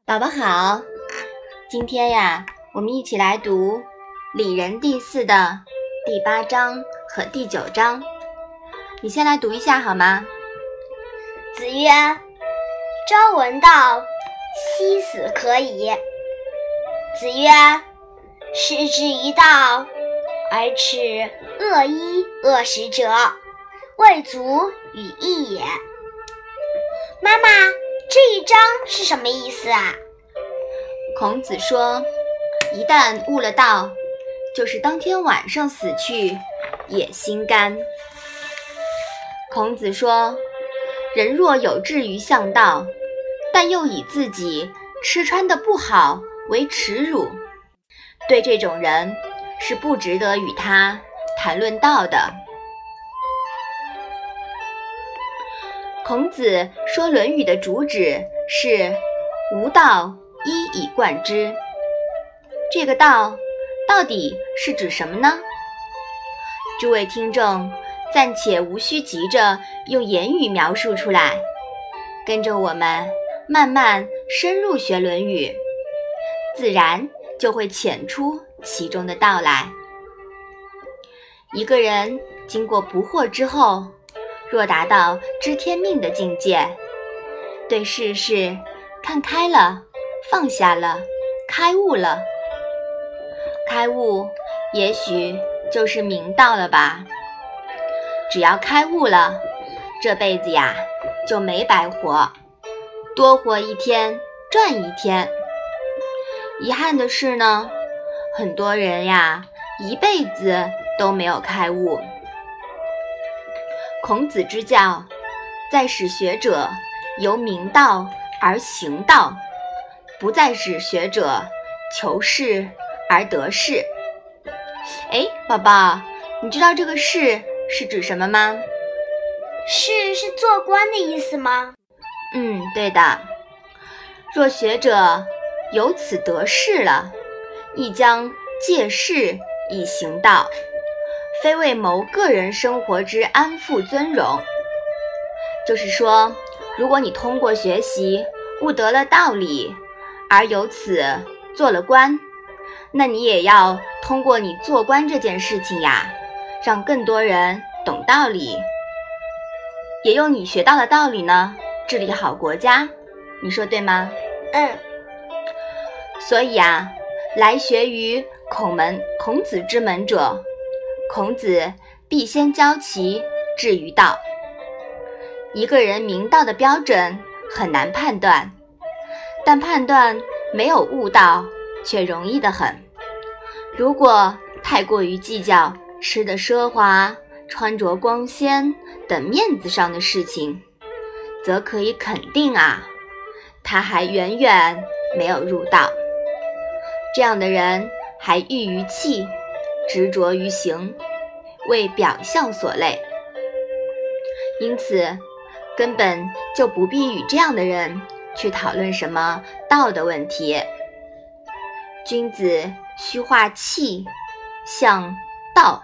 宝宝好，今天呀，我们一起来读《礼仁》第4的第8章和第9章。你先来读一下好吗？ 子曰：朝闻道，夕死可矣。子曰：失之以道，而耻恶衣恶食者，未足与义也。妈妈，这一章是什么意思啊？ 孔子说，一旦悟了道，就是当天晚上死去也心甘。孔子说，人若有志于向道，但又以自己吃穿的不好为耻辱，对这种人是不值得与他谈论道的。孔子说《论语》的主旨是无道一以贯之。这个道到底是指什么呢？诸位听众暂且无需急着用言语描述出来，跟着我们慢慢深入学《论语》，自然就会浅出其中的道来。一个人经过不惑之后，若达到知天命的境界，对世事看开了，放下了，开悟了。开悟也许就是明道了吧。只要开悟了，这辈子呀就没白活，多活一天赚一天。遗憾的是呢，很多人呀一辈子都没有开悟。孔子之教在使学者由明道而行道，不再使学者求是而得势。宝宝，你知道这个势是指什么吗？ 是做官的意思吗？ 对的。若学者由此得势了，亦将借势以行道，非为谋个人生活之安富尊荣。就是说，如果你通过学习悟得了道理，而由此做了官，那你也要通过你做官这件事情呀，让更多人懂道理，也用你学到的道理呢，治理好国家。你说对吗？所以啊，来学于孔子之门者，孔子必先教其至于道。一个人明道的标准很难判断，但判断没有悟道却容易得很。如果太过于计较吃的奢华、穿着光鲜等面子上的事情，则可以肯定啊，他还远远没有入道。这样的人还欲于气，执着于行，为表象所累。因此根本就不必与这样的人去讨论什么道的问题。君子须化气向道。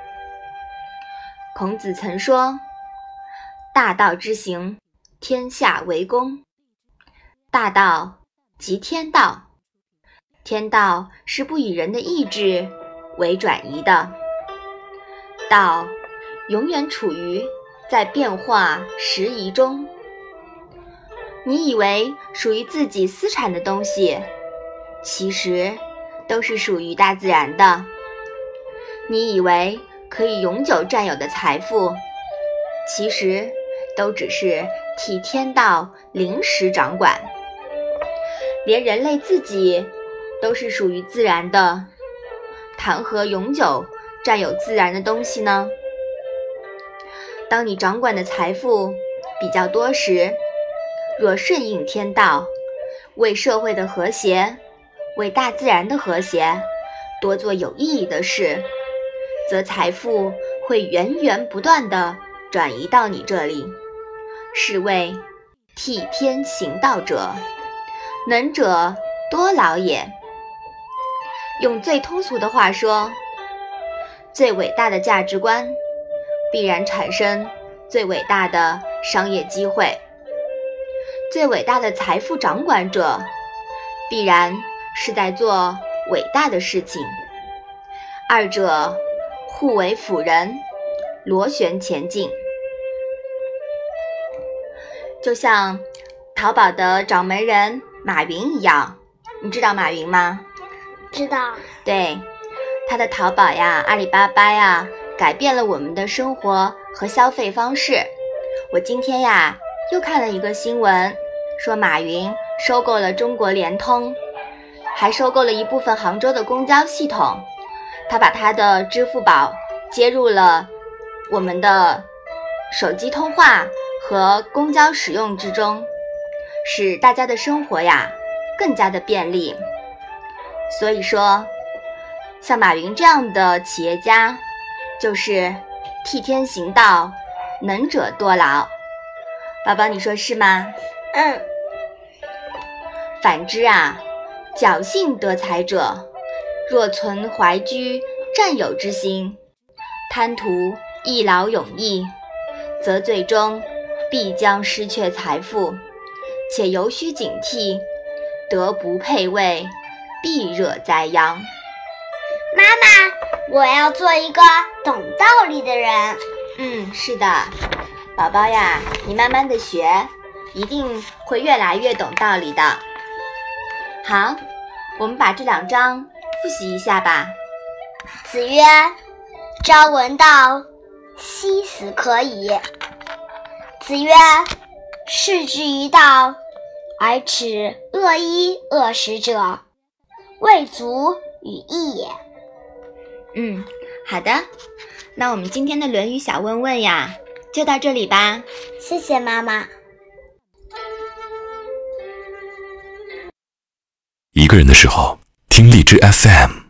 孔子曾说，大道之行，天下为公。大道即天道，天道是不以人的意志为转移的，道永远处于在变化时移中。你以为属于自己私产的东西，其实都是属于大自然的。你以为可以永久占有的财富，其实都只是替天道临时掌管。连人类自己都是属于自然的，谈何永久占有自然的东西呢？当你掌管的财富比较多时，若顺应天道，为社会的和谐，为大自然的和谐多做有意义的事，则财富会源源不断地转移到你这里，是谓替天行道者，能者多劳也。用最通俗的话说，最伟大的价值观必然产生最伟大的商业机会，最伟大的财富掌管者必然是在做伟大的事情。二者互为辅人，螺旋前进。就像淘宝的掌门人马云一样，你知道马云吗？ 知道。 对，他的淘宝呀、阿里巴巴呀，改变了我们的生活和消费方式。我今天呀又看了一个新闻，说马云收购了中国联通，还收购了一部分杭州的公交系统。他把他的支付宝接入了我们的手机通话和公交使用之中，使大家的生活呀更加的便利。所以说，像马云这样的企业家，就是替天行道，能者多劳。宝宝，你说是吗？反之啊，侥幸得财者，若存怀居占有之心，贪图一劳永逸，则最终必将失却财富，且尤须警惕，德不配位，必惹灾殃。 妈妈，我要做一个懂道理的人。 是的，宝宝呀，你慢慢的学，一定会越来越懂道理的。好，我们把这2章复习一下吧。 子曰：朝闻道，夕死可矣。子曰：士之于道，而耻恶衣恶食者，未足与义也。 好的，那我们今天的论语小问问呀，就到这里吧。 谢谢妈妈。 一个人的时候，听荔枝 FM。